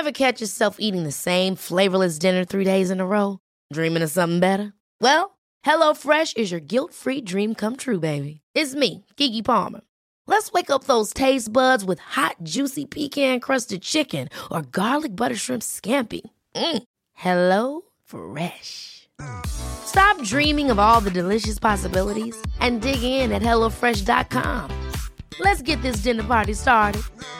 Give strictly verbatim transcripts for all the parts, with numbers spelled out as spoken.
Ever catch yourself eating the same flavorless dinner three days in a row? Dreaming of something better? Well, HelloFresh is your guilt-free dream come true, baby. It's me, Keke Palmer. Let's wake up those taste buds with hot, juicy pecan-crusted chicken or garlic butter shrimp scampi. Mm. Hello Fresh. Stop dreaming of all the delicious possibilities and dig in at hello fresh dot com. Let's get this dinner party started.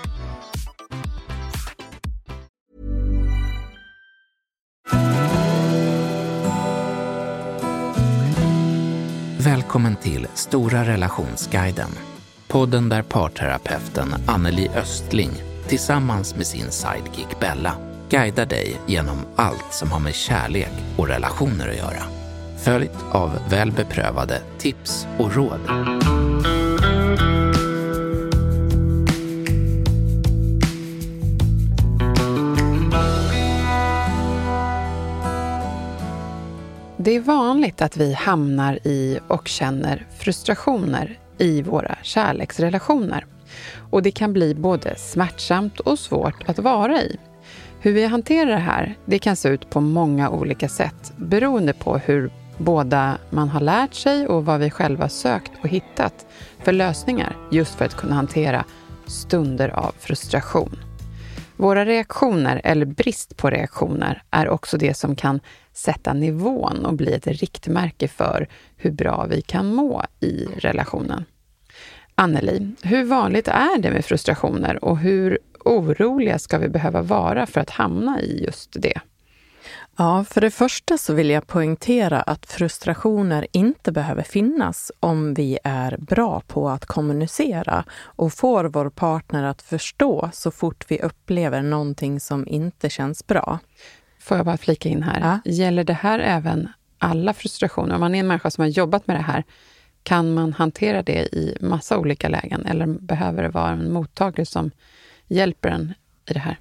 Välkommen till Stora relationsguiden. Podden där parterapeuten Anneli Östling tillsammans med sin sidekick Bella guidar dig genom allt som har med kärlek och relationer att göra. Följt av välbeprövade tips och råd. Det är vanligt att vi hamnar i och känner frustrationer i våra kärleksrelationer. Och det kan bli både smärtsamt och svårt att vara i. Hur vi hanterar det här, det kan se ut på många olika sätt beroende på hur båda man har lärt sig och vad vi själva sökt och hittat för lösningar just för att kunna hantera stunder av frustration. Våra reaktioner eller brist på reaktioner är också det som kan sätta nivån och bli ett riktmärke för hur bra vi kan må i relationen. Anneli, hur vanligt är det med frustrationer och hur oroliga ska vi behöva vara för att hamna i just det? Ja, för det första så vill jag poängtera att frustrationer inte behöver finnas om vi är bra på att kommunicera och får vår partner att förstå så fort vi upplever någonting som inte känns bra. Får jag bara flika in här? Ja. Gäller det här även alla frustrationer? Om man är en människa som har jobbat med det här, kan man hantera det i massa olika lägen? Eller behöver det vara en mottagare som hjälper en i det här?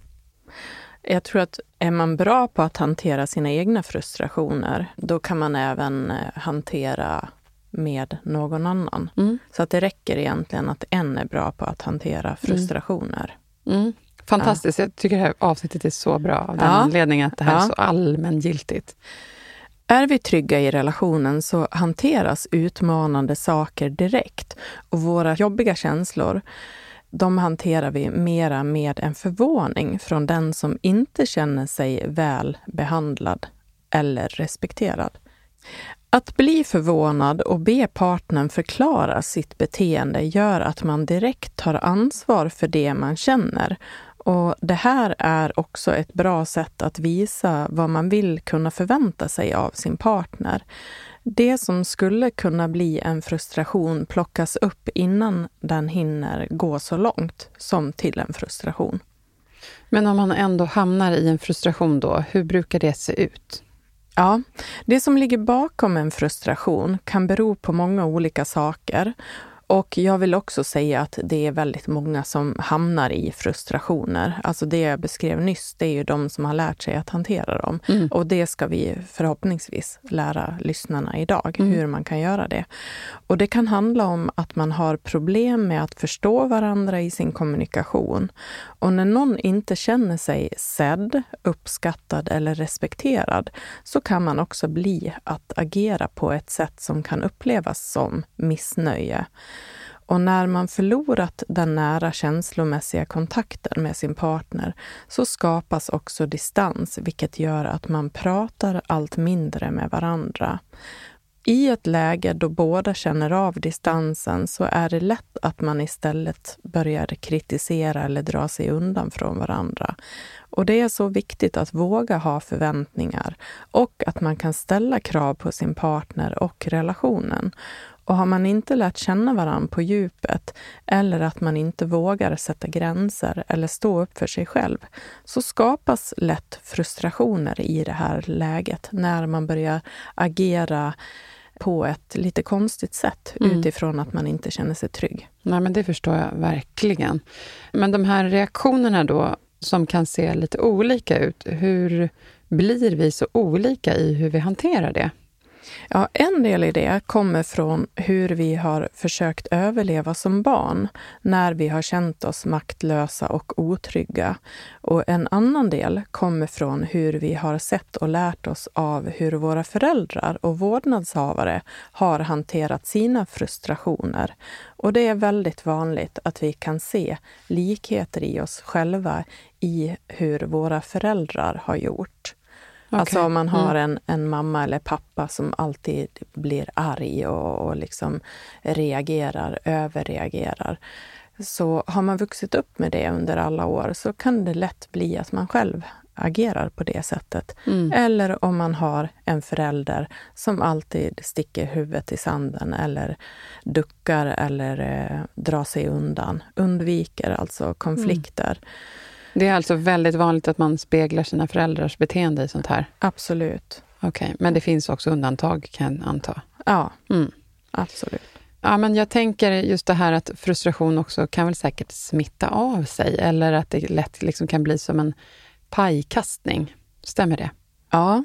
Jag tror att är man bra på att hantera sina egna frustrationer, då kan man även hantera med någon annan. Mm. Så att det räcker egentligen att en är bra på att hantera frustrationer. Mm. Mm. Fantastiskt, ja. Jag tycker det här avsnittet är så bra av den ja. anledningen att det här ja. är så allmängiltigt. Är vi trygga i relationen så hanteras utmanande saker direkt. Och våra jobbiga känslor, de hanterar vi mera med en förvåning från den som inte känner sig väl behandlad eller respekterad. Att bli förvånad och be partnern förklara sitt beteende gör att man direkt tar ansvar för det man känner. Och det här är också ett bra sätt att visa vad man vill kunna förvänta sig av sin partner. Det som skulle kunna bli en frustration plockas upp innan den hinner gå så långt som till en frustration. Men om man ändå hamnar i en frustration då, hur brukar det se ut? Ja, det som ligger bakom en frustration kan bero på många olika saker. Och jag vill också säga att det är väldigt många som hamnar i frustrationer. Alltså det jag beskrev nyss, det är ju de som har lärt sig att hantera dem. Mm. Och det ska vi förhoppningsvis lära lyssnarna idag, mm. hur man kan göra det. Och det kan handla om att man har problem med att förstå varandra i sin kommunikation. Och när någon inte känner sig sedd, uppskattad eller respekterad, så kan man också bli att agera på ett sätt som kan upplevas som missnöje. Och när man förlorat den nära känslomässiga kontakten med sin partner så skapas också distans, vilket gör att man pratar allt mindre med varandra. I ett läge då båda känner av distansen så är det lätt att man istället börjar kritisera eller dra sig undan från varandra. Och det är så viktigt att våga ha förväntningar och att man kan ställa krav på sin partner och relationen. Och har man inte lärt känna varandra på djupet eller att man inte vågar sätta gränser eller stå upp för sig själv så skapas lätt frustrationer i det här läget när man börjar agera på ett lite konstigt sätt mm. utifrån att man inte känner sig trygg. Nej, men det förstår jag verkligen. Men de här reaktionerna då som kan se lite olika ut, hur blir vi så olika i hur vi hanterar det? Ja, en del i det kommer från hur vi har försökt överleva som barn när vi har känt oss maktlösa och otrygga. Och en annan del kommer från hur vi har sett och lärt oss av hur våra föräldrar och vårdnadshavare har hanterat sina frustrationer. Och det är väldigt vanligt att vi kan se likheter i oss själva i hur våra föräldrar har gjort. Okay. Alltså om man har en, en mamma eller pappa som alltid blir arg och, och liksom reagerar, överreagerar. Så har man vuxit upp med det under alla år så kan det lätt bli att man själv agerar på det sättet. Mm. Eller om man har en förälder som alltid sticker huvudet i sanden eller duckar eller eh, drar sig undan. Undviker alltså konflikter. Mm. Det är alltså väldigt vanligt att man speglar sina föräldrars beteende i sånt här? Absolut. Okej, okay. Men det finns också undantag kan jag anta? Ja, mm. absolut. Ja, men jag tänker just det här att frustration också kan väl säkert smitta av sig. Eller att det lätt liksom kan bli som en pajkastning. Stämmer det? Ja.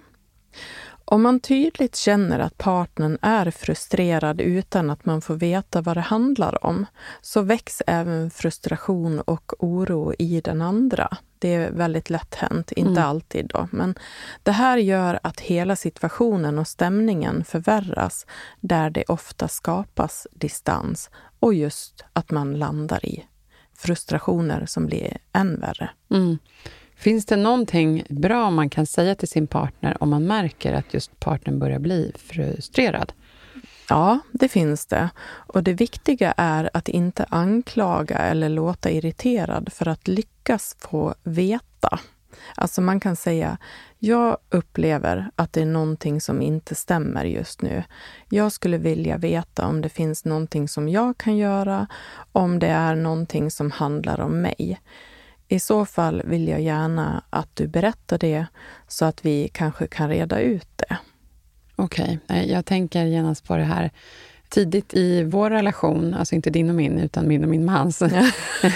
Om man tydligt känner att partnern är frustrerad utan att man får veta vad det handlar om, så väcks även frustration och oro i den andra. Det är väldigt lätt hänt, inte mm. alltid då. Men det här gör att hela situationen och stämningen förvärras där det ofta skapas distans och just att man landar i frustrationer som blir än värre. Mm. Finns det någonting bra man kan säga till sin partner om man märker att just partnern börjar bli frustrerad? Ja, det finns det. Och det viktiga är att inte anklaga eller låta irriterad för att lyckas få veta. Alltså man kan säga, jag upplever att det är någonting som inte stämmer just nu. Jag skulle vilja veta om det finns någonting som jag kan göra, om det är någonting som handlar om mig. I så fall vill jag gärna att du berättar det så att vi kanske kan reda ut det. Okej, okay. Jag tänker genast på det här. Tidigt i vår relation, alltså inte din och min utan min och min mans, ja.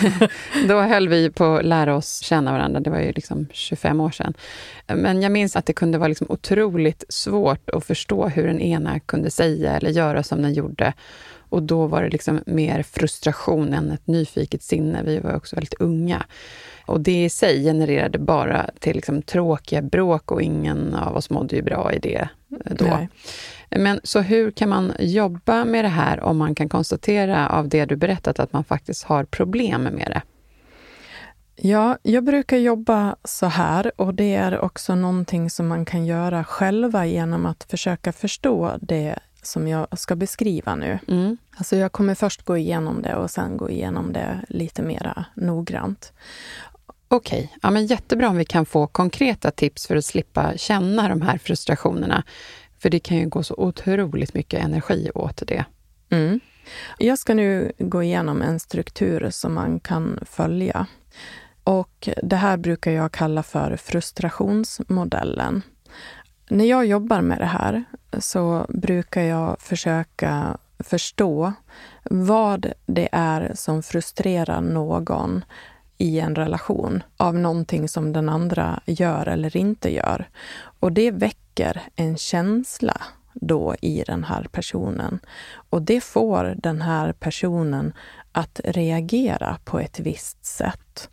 Då höll vi på att lära oss känna varandra. Det var ju liksom tjugofem år sedan. Men jag minns att det kunde vara liksom otroligt svårt att förstå hur den ena kunde säga eller göra som den gjorde. Och då var det liksom mer frustration än ett nyfiket sinne. Vi var också väldigt unga. Och det i sig genererade bara till liksom tråkiga bråk och ingen av oss mådde ju bra i det då. Nej. Men så hur kan man jobba med det här om man kan konstatera av det du berättat att man faktiskt har problem med det? Ja, jag brukar jobba så här och det är också någonting som man kan göra själva genom att försöka förstå det som jag ska beskriva nu. Mm. Alltså jag kommer först gå igenom det och sen gå igenom det lite mera noggrant. Okej, ja, men jättebra om vi kan få konkreta tips för att slippa känna de här frustrationerna. För det kan ju gå så otroligt mycket energi åt det. Mm. Jag ska nu gå igenom en struktur som man kan följa. Och det här brukar jag kalla för frustrationsmodellen. När jag jobbar med det här så brukar jag försöka förstå vad det är som frustrerar någon i en relation av någonting som den andra gör eller inte gör. Och det väcker en känsla då i den här personen. Och det får den här personen att reagera på ett visst sätt.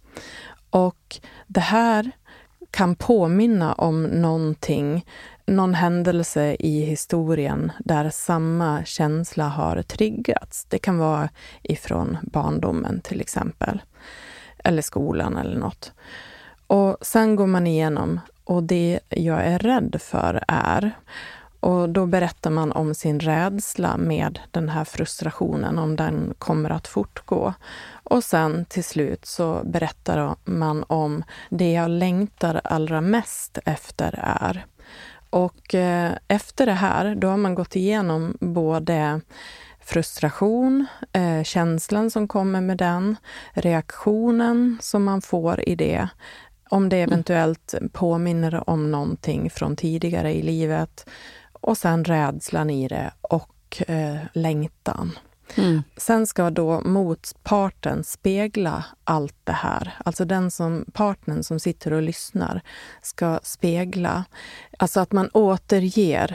Och det här kan påminna om någonting, någon händelse i historien där samma känsla har triggats. Det kan vara ifrån barndomen till exempel. Eller skolan eller något. Och sen går man igenom och det jag är rädd för är, och då berättar man om sin rädsla med den här frustrationen, om den kommer att fortgå. Och sen till slut så berättar man om det jag längtar allra mest efter är. Och eh, efter det här, då har man gått igenom både frustration, eh, känslan som kommer med den, reaktionen som man får i det, om det eventuellt påminner om någonting från tidigare i livet, och sen rädslan i det och eh, längtan. Mm. Sen ska då motparten spegla allt det här. Alltså den som partnern som sitter och lyssnar ska spegla. Alltså att man återger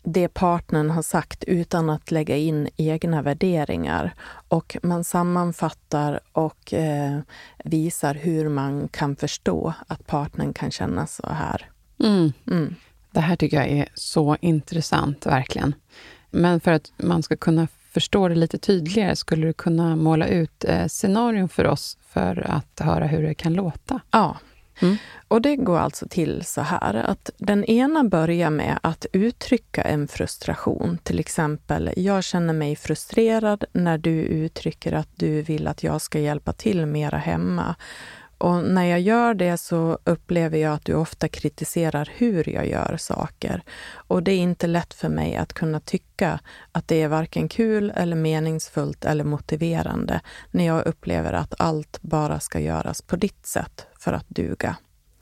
det partnern har sagt utan att lägga in egna värderingar. Och man sammanfattar och eh, visar hur man kan förstå att partnern kan känna så här. Mm. Mm. Det här tycker jag är så intressant, verkligen. Men för att man ska kunna förstå det lite tydligare, skulle du kunna måla ut eh, scenarion för oss för att höra hur det kan låta? Ja. Mm. Och det går alltså till så här att den ena börjar med att uttrycka en frustration. Till exempel, jag känner mig frustrerad när du uttrycker att du vill att jag ska hjälpa till mera hemma. Och när jag gör det så upplever jag att du ofta kritiserar hur jag gör saker. Och det är inte lätt för mig att kunna tycka att det är varken kul eller meningsfullt eller motiverande när jag upplever att allt bara ska göras på ditt sätt för att duga.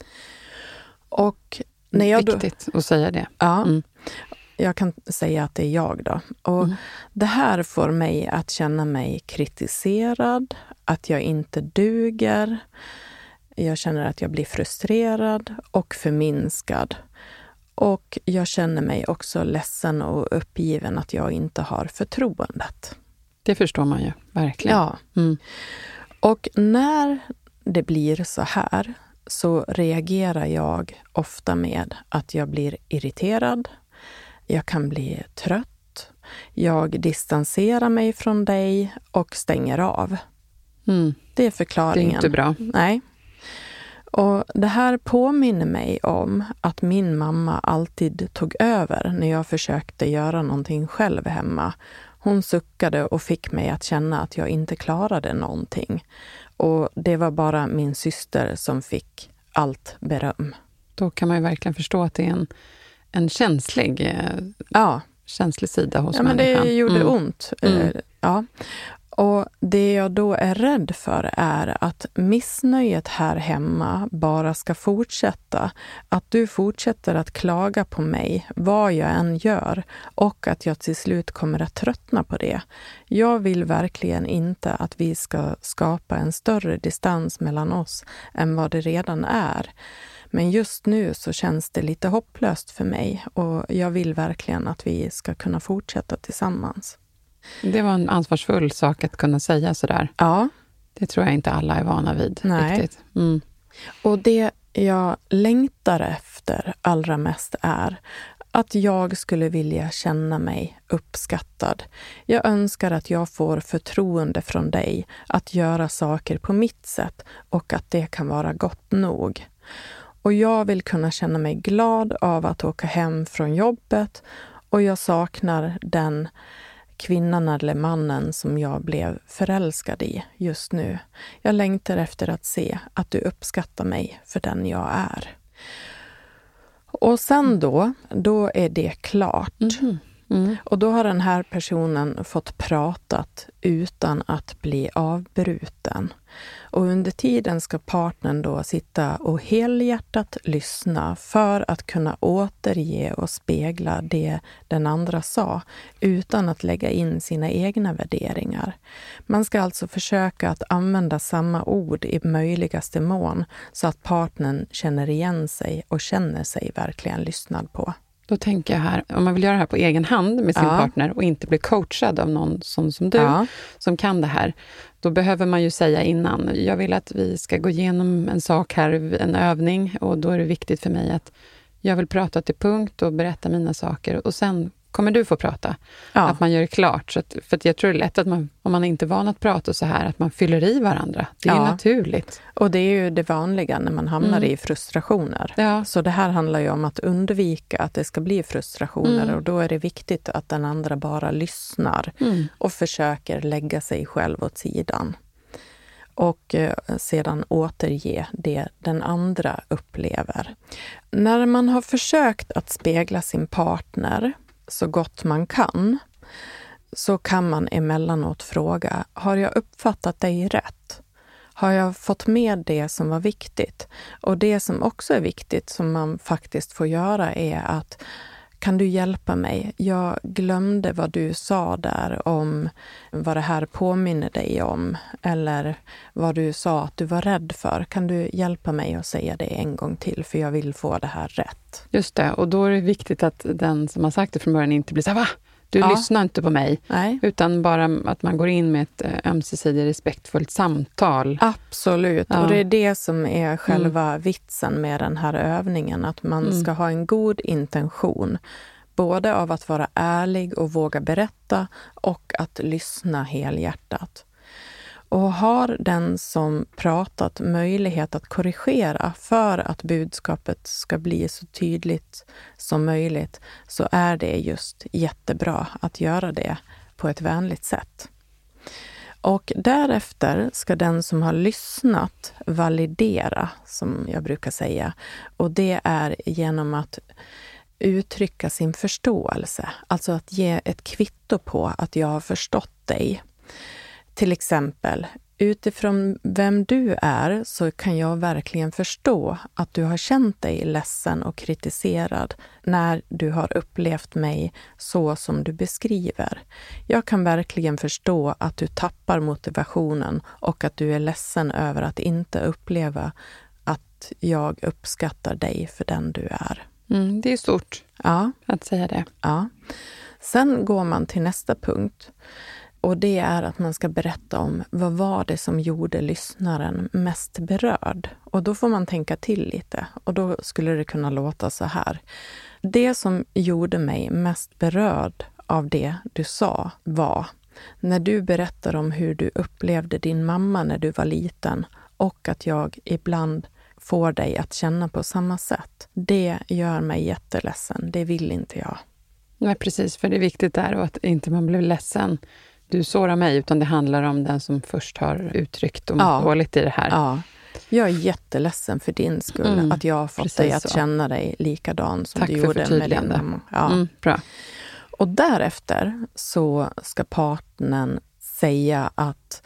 Och när jag då, Viktigt att säga det. Ja, Mm. jag kan säga att det är jag då. Och Mm. det här får mig att känna mig kritiserad, att jag inte duger. Jag känner att jag blir frustrerad och förminskad. Och jag känner mig också ledsen och uppgiven att jag inte har förtroendet. Det förstår man ju, verkligen. Ja. Mm. Och när det blir så här så reagerar jag ofta med att jag blir irriterad. Jag kan bli trött. Jag distanserar mig från dig och stänger av. Mm. Det är förklaringen. Det är inte bra. Nej. Och det här påminner mig om att min mamma alltid tog över när jag försökte göra någonting själv hemma. Hon suckade och fick mig att känna att jag inte klarade någonting. Och det var bara min syster som fick allt beröm. Då kan man ju verkligen förstå att det är en, en känslig, eh, Ja. känslig sida hos Ja, men människan. det gjorde Mm. ont. Mm. Eh, Ja. Och det jag då är rädd för är att missnöjet här hemma bara ska fortsätta. Att du fortsätter att klaga på mig, vad jag än gör, och att jag till slut kommer att tröttna på det. Jag vill verkligen inte att vi ska skapa en större distans mellan oss än vad det redan är. Men just nu så känns det lite hopplöst för mig och jag vill verkligen att vi ska kunna fortsätta tillsammans. Det var en ansvarsfull sak att kunna säga sådär. Ja. Det tror jag inte alla är vana vid. Nej. Riktigt. Mm. Och det jag längtar efter allra mest är att jag skulle vilja känna mig uppskattad. Jag önskar att jag får förtroende från dig att göra saker på mitt sätt och att det kan vara gott nog. Och jag vill kunna känna mig glad av att åka hem från jobbet och jag saknar den kvinnan eller mannen som jag blev förälskad i just nu. Jag längtar efter att se att du uppskattar mig för den jag är. Och sen då, då är det klart. Mm. Mm. Och då har den här personen fått pratat utan att bli avbruten. Och under tiden ska partnern då sitta och helhjärtat lyssna för att kunna återge och spegla det den andra sa utan att lägga in sina egna värderingar. Man ska alltså försöka att använda samma ord i möjligaste mån så att partnern känner igen sig och känner sig verkligen lyssnad på. Då tänker jag här, om man vill göra det här på egen hand med sin Ja. partner och inte bli coachad av någon som, som du, Ja. som kan det här, då behöver man ju säga innan, jag vill att vi ska gå igenom en sak här, en övning, och då är det viktigt för mig att jag vill prata till punkt och berätta mina saker, och sen kommer du få prata. Ja. Att man gör det klart. Så att, för att jag tror det är lätt att man, om man inte är van att prata så här, att man fyller i varandra. Det är Ja. ju naturligt. Och det är ju det vanliga när man hamnar Mm. i frustrationer. Ja. Så det här handlar ju om att undvika att det ska bli frustrationer Mm. och då är det viktigt att den andra bara lyssnar Mm. och försöker lägga sig själv åt sidan. Och eh, sedan återge det den andra upplever. När man har försökt att spegla sin partner så gott man kan så kan man emellanåt fråga, har jag uppfattat dig rätt? Har jag fått med det som var viktigt? Och det som också är viktigt som man faktiskt får göra är att kan du hjälpa mig? Jag glömde vad du sa där om vad det här påminner dig om. Eller vad du sa att du var rädd för. Kan du hjälpa mig att säga det en gång till? För jag vill få det här rätt. Just det, och då är det viktigt att den som har sagt det från början inte blir så här, va? Du ja. lyssnar inte på mig. Nej. Utan bara att man går in med ett ömsesidigt respektfullt samtal. Absolut, ja. och det är det som är själva mm. vitsen med den här övningen. Att man mm. ska ha en god intention. Både av att vara ärlig och våga berätta och att lyssna helhjärtat. Och har den som pratat möjlighet att korrigera för att budskapet ska bli så tydligt som möjligt, så är det just jättebra att göra det på ett vänligt sätt. Och därefter ska den som har lyssnat validera, som jag brukar säga. Och det är genom att uttrycka sin förståelse. Alltså att ge ett kvitto på att jag har förstått dig. Till exempel, utifrån vem du är så kan jag verkligen förstå att du har känt dig ledsen och kritiserad när du har upplevt mig så som du beskriver. Jag kan verkligen förstå att du tappar motivationen och att du är ledsen över att inte uppleva att jag uppskattar dig för den du är. Mm, det är stort ja. att säga det. Ja. Sen går man till nästa punkt. Och det är att man ska berätta om vad var det som gjorde lyssnaren mest berörd. Och då får man tänka till lite. Och då skulle det kunna låta så här. Det som gjorde mig mest berörd av det du sa var när du berättar om hur du upplevde din mamma när du var liten och att jag ibland får dig att känna på samma sätt. Det gör mig jätteledsen. Det vill inte jag. Nej, precis. För det är viktigt där att inte man blir ledsen. Du sårar mig, utan det handlar om den som först har uttryckt och ja. dåligt i det här. Ja. Jag är jätteledsen för din skull mm, att jag har fått dig att så. känna dig likadan som Tack du gjorde med din mamma. Ja. Mm, bra. Och därefter så ska partnern säga att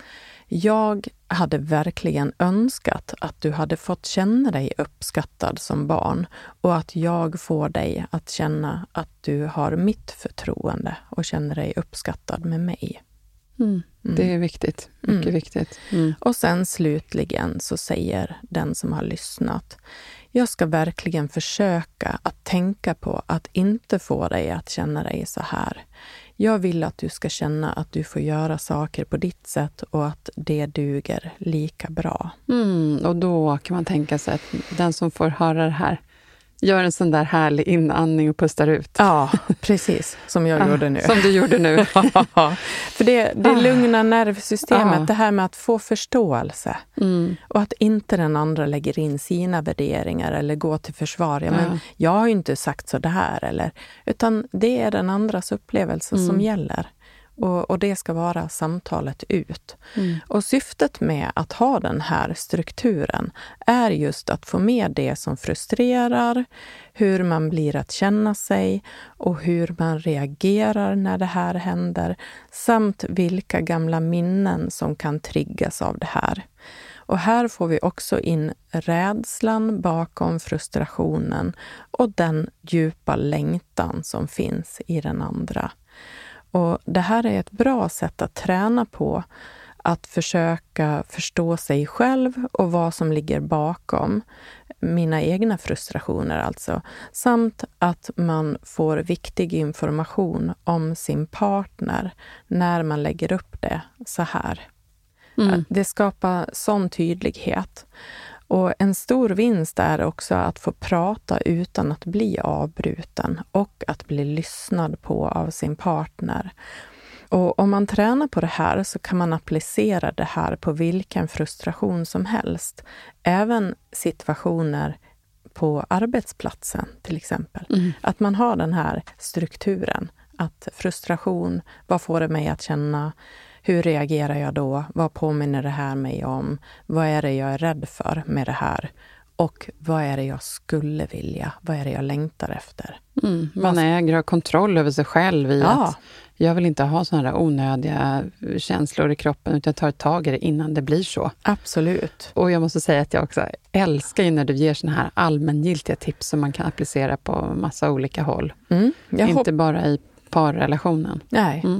jag hade verkligen önskat att du hade fått känna dig uppskattad som barn och att jag får dig att känna att du har mitt förtroende och känner dig uppskattad med mig. Mm, det är viktigt, mycket mm. viktigt. Mm. Och sen slutligen så säger den som har lyssnat: jag ska verkligen försöka att tänka på att inte få dig att känna dig så här. Jag vill att du ska känna att du får göra saker på ditt sätt och att det duger lika bra. Mm, och då kan man tänka sig att den som får höra det här gör en sån där härlig inandning och pustar ut. Ja, precis. Som jag ah, gjorde nu. Som du gjorde nu. För det, det lugnar nervsystemet. Ah. Det här med att få förståelse. Mm. Och att inte den andra lägger in sina värderingar eller går till försvar. Ja, men jag har ju inte sagt så där. Eller, utan det är den andras upplevelse mm. som gäller. Och, och det ska vara samtalet ut. Mm. Och syftet med att ha den här strukturen är just att få med det som frustrerar, hur man blir att känna sig och hur man reagerar när det här händer, samt vilka gamla minnen som kan triggas av det här. Och här får vi också in rädslan bakom frustrationen och den djupa längtan som finns i den andra. Och det här är ett bra sätt att träna på att försöka förstå sig själv och vad som ligger bakom mina egna frustrationer alltså. Samt att man får viktig information om sin partner när man lägger upp det så här. Mm. Det skapar sån tydlighet. Och en stor vinst är också att få prata utan att bli avbruten och att bli lyssnad på av sin partner. Och om man tränar på det här så kan man applicera det här på vilken frustration som helst. Även situationer på arbetsplatsen till exempel. Mm. Att man har den här strukturen. Att frustration, vad får det mig att känna? Hur reagerar jag då? Vad påminner det här mig om? Vad är det jag är rädd för med det här? Och vad är det jag skulle vilja? Vad är det jag längtar efter? Mm, man äger och har kontroll över sig själv i Ja. att jag vill inte ha sådana där onödiga känslor i kroppen, utan jag tar tag i det innan det blir så. Absolut. Och jag måste säga att jag också älskar när du ger såna här allmängiltiga tips som man kan applicera på massa olika håll. Mm, jag inte hopp- bara i parrelationen. Nej. Mm.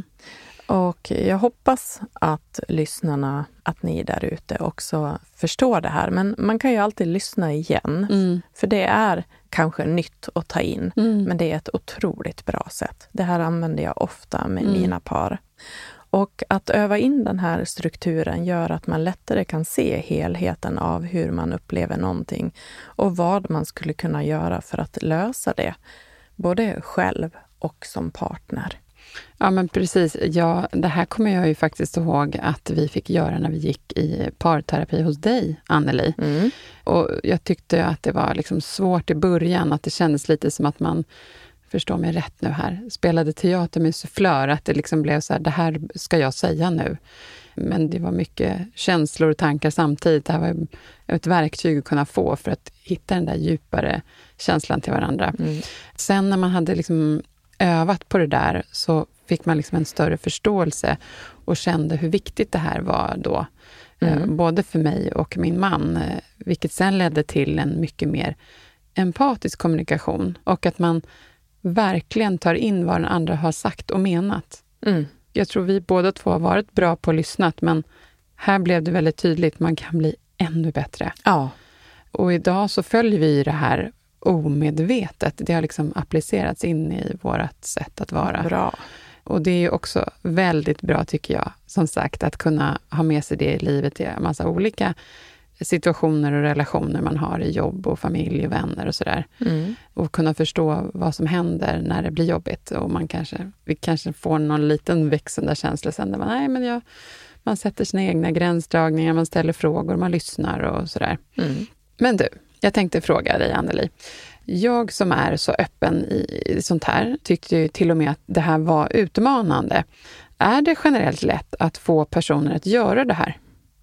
Och jag hoppas att lyssnarna, att ni där ute också förstår det här. Men man kan ju alltid lyssna igen. Mm. För det är kanske nytt att ta in. Mm. Men det är ett otroligt bra sätt. Det här använder jag ofta med Mm. mina par. Och att öva in den här strukturen gör att man lättare kan se helheten av hur man upplever någonting. Och vad man skulle kunna göra för att lösa det. Både själv och som partner. Ja, men precis. Ja, det här kommer jag ju faktiskt ihåg att vi fick göra när vi gick i parterapi hos dig, Anneli. Mm. Och jag tyckte att det var liksom svårt i början, att det kändes lite som att man, förstår mig rätt nu här, spelade teater med sufflör, att det liksom blev så här, det här ska jag säga nu. Men det var mycket känslor och tankar samtidigt. Det här var ett verktyg att kunna få för att hitta den där djupare känslan till varandra. Mm. Sen när man hade liksom övat på det där så fick man liksom en större förståelse och kände hur viktigt det här var då. Mm. Eh, både för mig och min man. Eh, vilket sen ledde till en mycket mer empatisk kommunikation. Och att man verkligen tar in vad den andra har sagt och menat. Mm. Jag tror vi båda två har varit bra på att lyssna, men här blev det väldigt tydligt. Man kan bli ännu bättre. Ja. Och idag så följer vi det här omedvetet. Det har liksom applicerats in i vårt sätt att vara. Bra. Och det är ju också väldigt bra, tycker jag, som sagt, att kunna ha med sig det i livet i en massa olika situationer och relationer man har i jobb och familj och vänner och sådär. Mm. Och kunna förstå vad som händer när det blir jobbigt. Och man kanske, vi kanske får någon liten växande känsla sen där man, nej men jag, man sätter sina egna gränsdragningar, man ställer frågor, man lyssnar och sådär. Mm. Men du, jag tänkte fråga dig, Anneli. Jag som är så öppen i sånt här tyckte ju till och med att det här var utmanande. Är det generellt lätt att få personer att göra det här?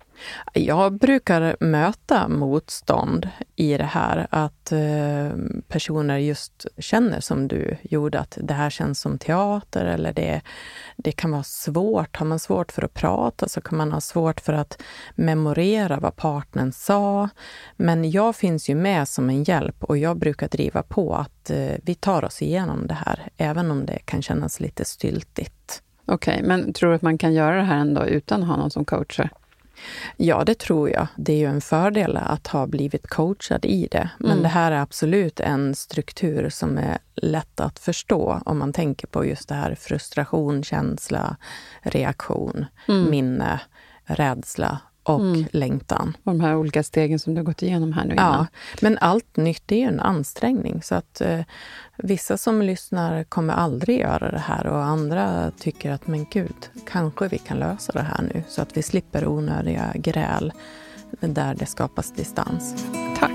Jag brukar möta motstånd i det här, att eh, personer just känner som du gjorde, att det här känns som teater, eller det, det kan vara svårt. Har man svårt för att prata så kan man ha svårt för att memorera vad partnern sa. Men jag finns ju med som en hjälp och jag brukar driva på att eh, vi tar oss igenom det här, även om det kan kännas lite styltigt. Okej, okay, men tror du att man kan göra det här ändå utan att ha någon som coachar? Ja, det tror jag. Det är ju en fördel att ha blivit coachad i det. Men Mm. det här är absolut en struktur som är lätt att förstå om man tänker på just det här frustration, känsla, reaktion, Mm. minne, rädsla och Mm. längtan. Och de här olika stegen som du har gått igenom här nu innan. Ja, men allt nytt är ju en ansträngning, så att eh, vissa som lyssnar kommer aldrig göra det här och andra tycker att men gud, kanske vi kan lösa det här nu så att vi slipper onödiga gräl där det skapas distans. Tack!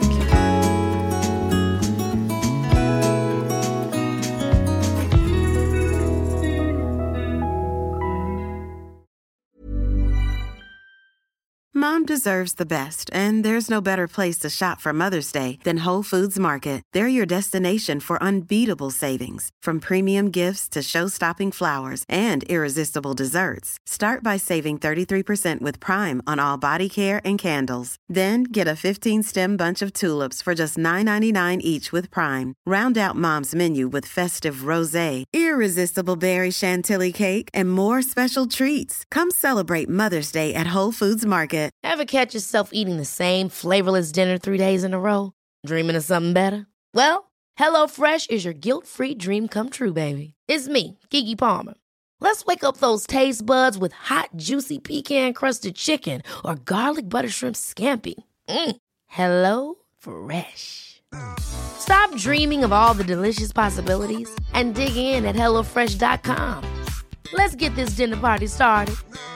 Mom deserves the best, and there's no better place to shop for Mother's Day than Whole Foods Market. They're your destination for unbeatable savings, from premium gifts to show-stopping flowers and irresistible desserts. Start by saving thirty-three percent with Prime on all body care and candles. Then get a fifteen-stem bunch of tulips for just nine ninety-nine each with Prime. Round out Mom's menu with festive rosé, irresistible berry chantilly cake, and more special treats. Come celebrate Mother's Day at Whole Foods Market. Ever catch yourself eating the same flavorless dinner three days in a row? Dreaming of something better? Well, HelloFresh is your guilt-free dream come true, baby. It's me, Keke Palmer. Let's wake up those taste buds with hot, juicy pecan-crusted chicken or garlic butter shrimp scampi. Mm. Hello Fresh. Stop dreaming of all the delicious possibilities and dig in at hello fresh dot com. Let's get this dinner party started.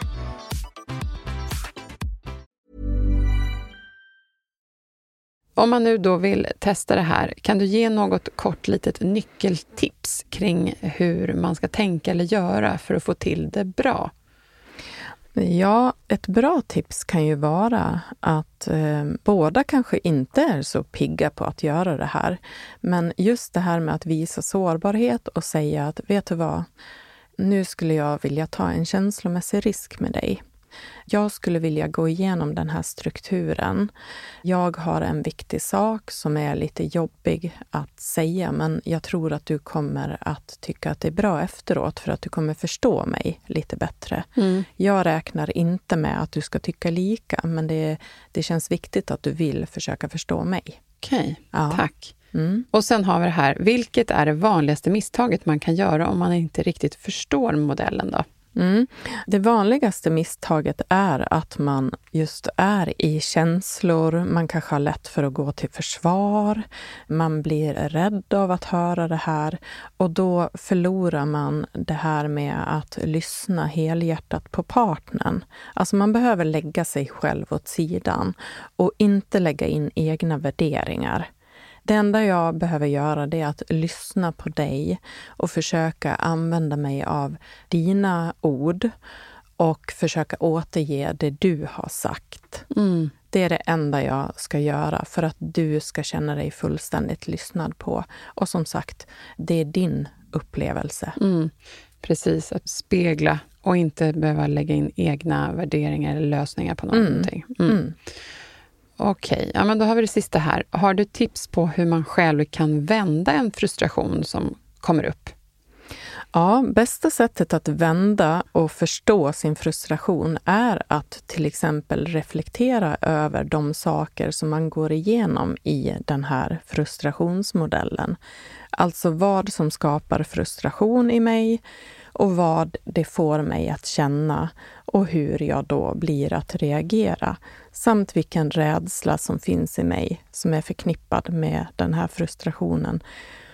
Om man nu då vill testa det här, kan du ge något kort litet nyckeltips kring hur man ska tänka eller göra för att få till det bra? Ja, ett bra tips kan ju vara att eh, båda kanske inte är så pigga på att göra det här. Men just det här med att visa sårbarhet och säga att vet du vad, nu skulle jag vilja ta en känslomässig risk med dig. Jag skulle vilja gå igenom den här strukturen. Jag har en viktig sak som är lite jobbig att säga, men jag tror att du kommer att tycka att det är bra efteråt för att du kommer förstå mig lite bättre. Mm. Jag räknar inte med att du ska tycka lika, men det, det känns viktigt att du vill försöka förstå mig. Okej, ja. Tack. Mm. Och sen har vi det här, vilket är det vanligaste misstaget man kan göra om man inte riktigt förstår modellen då? Mm. Det vanligaste misstaget är att man just är i känslor, man kanske har lätt för att gå till försvar, man blir rädd av att höra det här och då förlorar man det här med att lyssna helhjärtat på partnern. Alltså man behöver lägga sig själv åt sidan och inte lägga in egna värderingar. Det enda jag behöver göra det är att lyssna på dig och försöka använda mig av dina ord och försöka återge det du har sagt. Mm. Det är det enda jag ska göra för att du ska känna dig fullständigt lyssnad på. Och som sagt, det är din upplevelse. Mm. Precis, att spegla och inte behöva lägga in egna värderingar eller lösningar på någonting. Mm. Mm. Okej, ja, men då har vi det sista här. Har du tips på hur man själv kan vända en frustration som kommer upp? Ja, bästa sättet att vända och förstå sin frustration är att till exempel reflektera över de saker som man går igenom i den här frustrationsmodellen. Alltså vad som skapar frustration i mig och vad det får mig att känna och hur jag då blir att reagera. Samt vilken rädsla som finns i mig som är förknippad med den här frustrationen.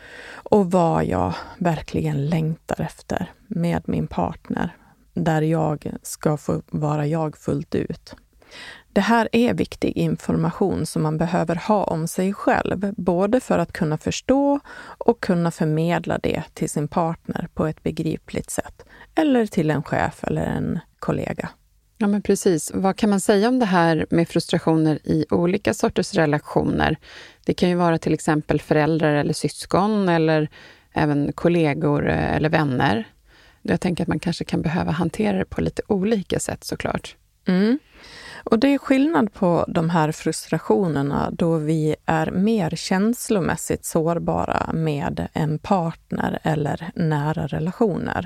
Och vad jag verkligen längtar efter med min partner. Där jag ska få vara jag fullt ut. Det här är viktig information som man behöver ha om sig själv. Både för att kunna förstå och kunna förmedla det till sin partner på ett begripligt sätt. Eller till en chef eller en kollega. Ja, men precis. Vad kan man säga om det här med frustrationer i olika sorters relationer? Det kan ju vara till exempel föräldrar eller syskon eller även kollegor eller vänner. Jag tänker att man kanske kan behöva hantera det på lite olika sätt såklart. Mm. Och det är skillnad på de här frustrationerna då vi är mer känslomässigt sårbara med en partner eller nära relationer.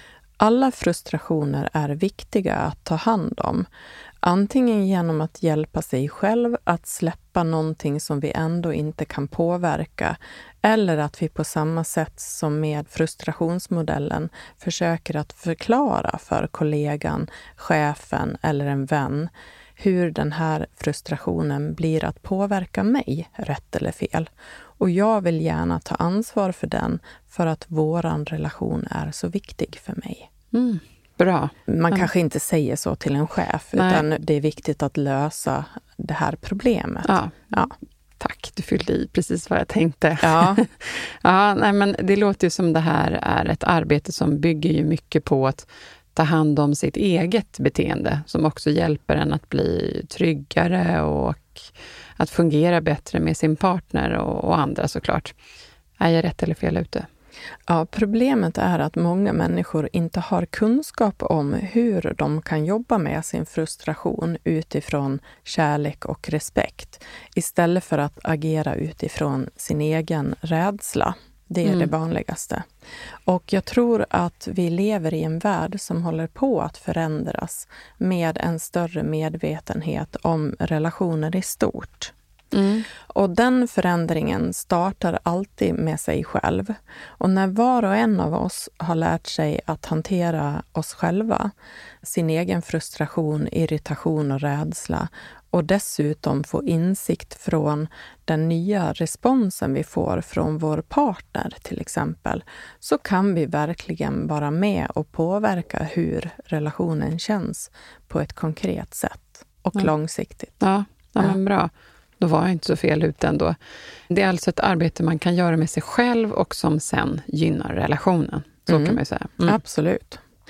Alla frustrationer är viktiga att ta hand om. Antingen genom att hjälpa sig själv att släppa någonting som vi ändå inte kan påverka. Eller att vi på samma sätt som med frustrationsmodellen försöker att förklara för kollegan, chefen eller en vän hur den här frustrationen blir att påverka mig, rätt eller fel. Och jag vill gärna ta ansvar för den för att våran relation är så viktig för mig. Mm, bra. Man mm. kanske inte säger så till en chef, Nej. utan det är viktigt att lösa det här problemet. Ja. Ja. Tack, du fyllde i precis vad jag tänkte. Ja. ja, nej, men det låter ju som det här är ett arbete som bygger ju mycket på att ta hand om sitt eget beteende som också hjälper en att bli tryggare och att fungera bättre med sin partner och, och andra såklart. Är jag rätt eller fel ute? Ja, problemet är att många människor inte har kunskap om hur de kan jobba med sin frustration utifrån kärlek och respekt istället för att agera utifrån sin egen rädsla. Det är mm. det vanligaste. Och jag tror att vi lever i en värld som håller på att förändras med en större medvetenhet om relationer i stort. Mm. Och den förändringen startar alltid med sig själv. Och när var och en av oss har lärt sig att hantera oss själva, sin egen frustration, irritation och rädsla och dessutom få insikt från den nya responsen vi får från vår partner till exempel, så kan vi verkligen vara med och påverka hur relationen känns på ett konkret sätt och ja. långsiktigt. Ja, ja, men bra. Då var jag inte så fel ut ändå. Det är alltså ett arbete man kan göra med sig själv och som sen gynnar relationen. Så mm. kan man ju säga. Mm. Absolut. Mm.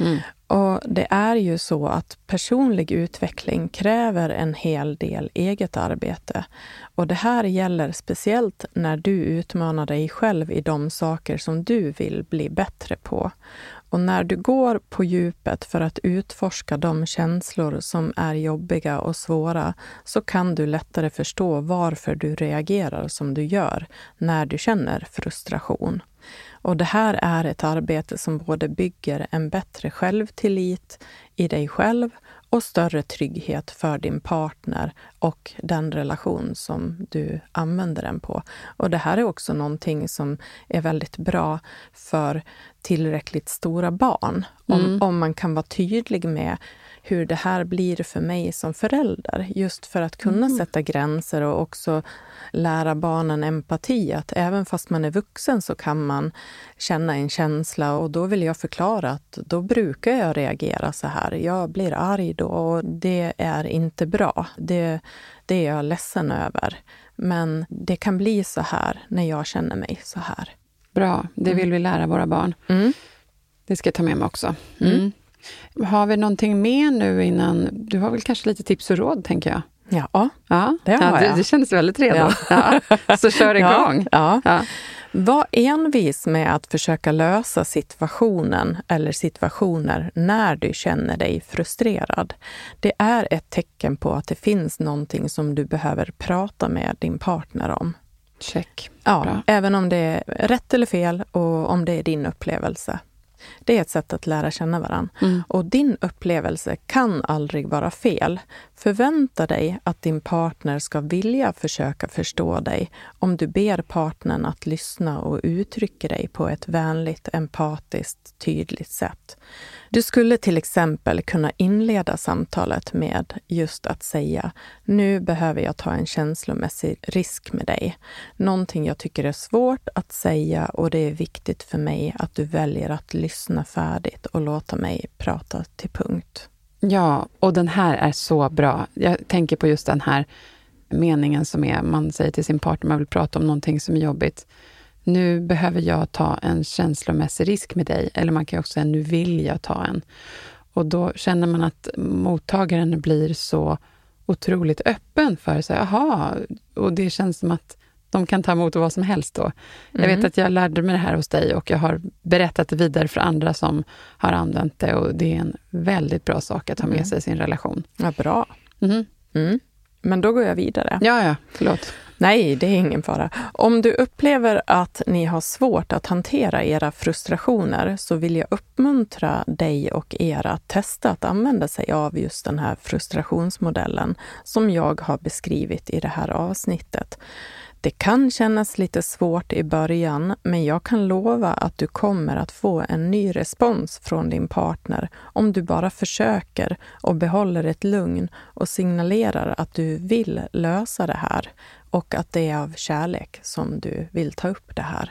Och det är ju så att personlig utveckling kräver en hel del eget arbete. Och det här gäller speciellt när du utmanar dig själv i de saker som du vill bli bättre på. Och när du går på djupet för att utforska de känslor som är jobbiga och svåra, så kan du lättare förstå varför du reagerar som du gör när du känner frustration. Och det här är ett arbete som både bygger en bättre självtillit i dig själv och större trygghet för din partner och den relation som du använder den på. Och det här är också någonting som är väldigt bra för tillräckligt stora barn. Om, mm. om man kan vara tydlig med hur det här blir för mig som förälder. Just för att kunna mm. sätta gränser och också lära barnen empati. Att även fast man är vuxen så kan man känna en känsla, och då vill jag förklara att då brukar jag reagera så här. Jag blir arg då och det är inte bra. Det, det är jag ledsen över. Men det kan bli så här när jag känner mig så här. Bra, det vill mm. vi lära våra barn. Mm. Det ska jag ta med mig också. Mm. Mm. Har vi någonting mer nu innan? Du har väl kanske lite tips och råd, tänker jag. Ja, ja det har ja, jag. Det, det kändes väldigt redo. Ja. Ja. Så kör igång. Ja, ja. Ja. Var envis med att försöka lösa situationen eller situationer när du känner dig frustrerad. Det är ett tecken på att det finns någonting som du behöver prata med din partner om. Check. Ja, bra. Även om det är rätt eller fel och om det är din upplevelse. Det är ett sätt att lära känna varandra. Mm. Och din upplevelse kan aldrig vara fel. Förvänta dig att din partner ska vilja försöka förstå dig om du ber partnern att lyssna och uttrycka dig på ett vänligt, empatiskt, tydligt sätt. Du skulle till exempel kunna inleda samtalet med just att säga: nu behöver jag ta en känslomässig risk med dig. Någonting jag tycker är svårt att säga, och det är viktigt för mig att du väljer att lyssna färdigt och låta mig prata till punkt. Ja, och den här är så bra. Jag tänker på just den här meningen som är, man säger till sin partner, man vill prata om någonting som är jobbigt. Nu behöver jag ta en känslomässig risk med dig. Eller man kan också säga, nu vill jag ta en. Och då känner man att mottagaren blir så otroligt öppen för sig. Jaha, och det känns som att de kan ta emot vad som helst då. Mm. Jag vet att jag lärde mig det här hos dig och jag har berättat det vidare för andra som har använt det. Och det är en väldigt bra sak att ha med mm. sig i sin relation. Ja, bra. Mm. Mm. Men då går jag vidare. Ja, ja, förlåt. Nej, det är ingen fara. Om du upplever att ni har svårt att hantera era frustrationer, så vill jag uppmuntra dig och er att testa att använda sig av just den här frustrationsmodellen som jag har beskrivit i det här avsnittet. Det kan kännas lite svårt i början, men jag kan lova att du kommer att få en ny respons från din partner om du bara försöker och behåller ett lugn och signalerar att du vill lösa det här och att det är av kärlek som du vill ta upp det här.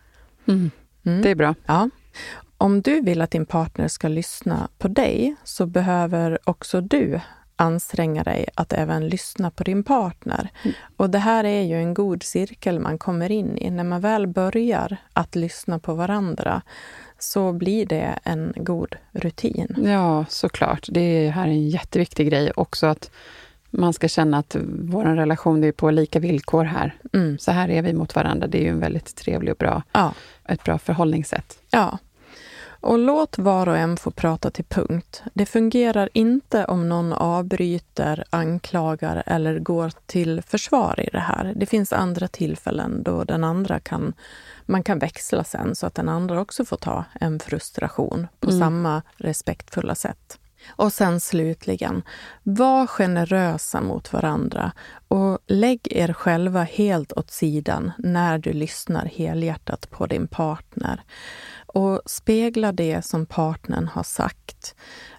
Mm. Mm. Det är bra. Ja. Om du vill att din partner ska lyssna på dig, så behöver också du anstränga dig att även lyssna på din partner. Mm. Och det här är ju en god cirkel man kommer in i. När man väl börjar att lyssna på varandra, så blir det en god rutin. Ja, såklart. Det här är en jätteviktig grej också, att man ska känna att vår relation är på lika villkor här. Mm. Så här är vi mot varandra. Det är ju en väldigt trevlig och bra, ja. ett bra förhållningssätt. Ja. Och låt var och en få prata till punkt. Det fungerar inte om någon avbryter, anklagar eller går till försvar i det här. Det finns andra tillfällen då den andra kan, man kan växla sen, så att den andra också får ta en frustration på mm. samma respektfulla sätt. Och sen slutligen, var generösa mot varandra och lägg er själva helt åt sidan när du lyssnar helhjärtat på din partner. Och spegla det som partnern har sagt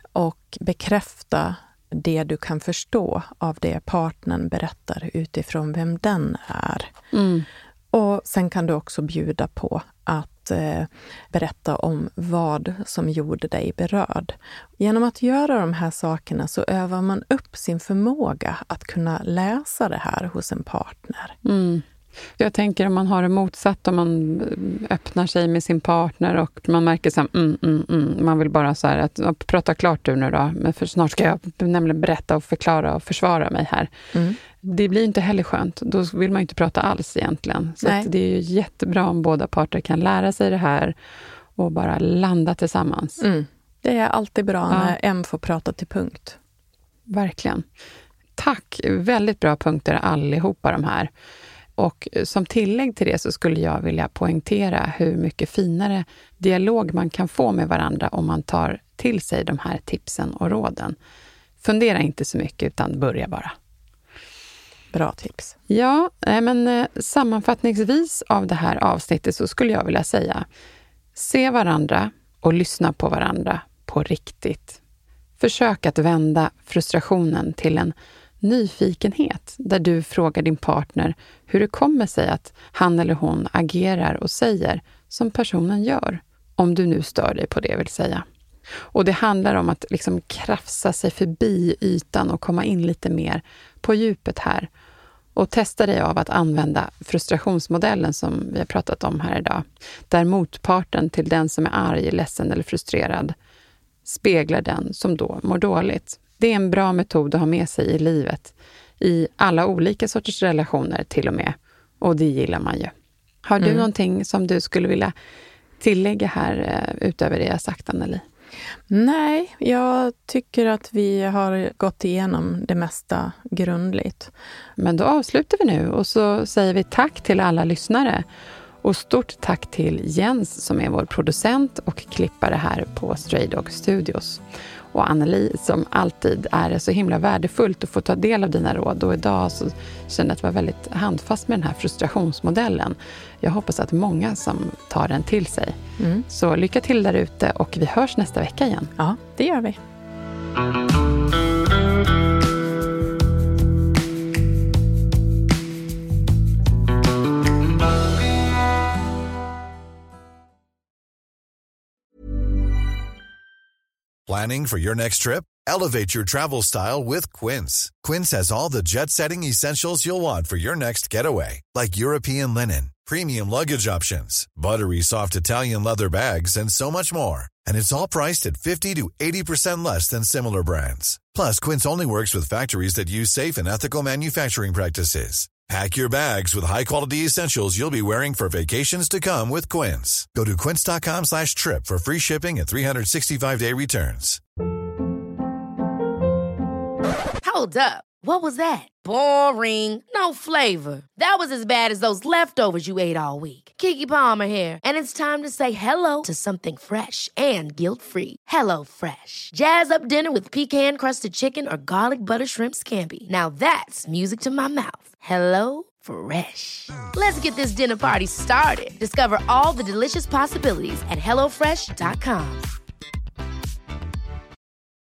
och bekräfta det du kan förstå av det partnern berättar utifrån vem den är. Mm. Och sen kan du också bjuda på att eh, berätta om vad som gjorde dig berörd. Genom att göra de här sakerna så övar man upp sin förmåga att kunna läsa det här hos en partner. Mm. Jag tänker om man har det motsatt, om man öppnar sig med sin partner och man märker så här, mm, mm, mm, man vill bara så här att prata klart du nu då, men för snart ska jag nämligen berätta och förklara och försvara mig här. Mm. Det blir inte heller skönt. Då vill man ju inte prata alls egentligen. Så att det är ju jättebra om båda parter kan lära sig det här och bara landa tillsammans. Mm. Det är alltid bra ja. när en får prata till punkt. Verkligen. Tack, väldigt bra punkter allihopa de här. Och som tillägg till det så skulle jag vilja poängtera hur mycket finare dialog man kan få med varandra om man tar till sig de här tipsen och råden. Fundera inte så mycket utan börja bara. Bra tips. Ja, men sammanfattningsvis av det här avsnittet så skulle jag vilja säga: se varandra och lyssna på varandra på riktigt. Försök att vända frustrationen till en nyfikenhet där du frågar din partner hur det kommer sig att han eller hon agerar och säger som personen gör, om du nu stör dig på det vill säga. Och det handlar om att liksom krafsa sig förbi ytan och komma in lite mer på djupet här. Och testa dig av att använda frustrationsmodellen som vi har pratat om här idag. Där motparten till den som är arg, ledsen eller frustrerad speglar den som då mår dåligt. Det är en bra metod att ha med sig i livet. I alla olika sorters relationer till och med. Och det gillar man ju. Har du mm. någonting som du skulle vilja tillägga här utöver det jag sagt, Anneli? Nej, jag tycker att vi har gått igenom det mesta grundligt. Men då avslutar vi nu och så säger vi tack till alla lyssnare. Och stort tack till Jens som är vår producent och klippare här på Stray Dog Studios. Och Anneli, som alltid är det så himla värdefullt att få ta del av dina råd. Och idag så kände jag att det var väldigt handfast med den här frustrationsmodellen. Jag hoppas att många som tar den till sig. Mm. Så lycka till där ute och vi hörs nästa vecka igen. Ja, det gör vi. Planning for your next trip? Elevate your travel style with Quince. Quince has all the jet-setting essentials you'll want for your next getaway, like European linen, premium luggage options, buttery soft Italian leather bags, and so much more. And it's all priced at fifty to eighty percent less than similar brands. Plus, Quince only works with factories that use safe and ethical manufacturing practices. Pack your bags with high-quality essentials you'll be wearing for vacations to come with Quince. Go to quince.com slash trip for free shipping and three sixty-five day returns. Hold up. What was that? Boring. No flavor. That was as bad as those leftovers you ate all week. Keke Palmer here. And it's time to say hello to something fresh and guilt-free. Hello Fresh. Jazz up dinner with pecan-crusted chicken or garlic butter shrimp scampi. Now that's music to my mouth. Hello Fresh. Let's get this dinner party started. Discover all the delicious possibilities at hello fresh dot com.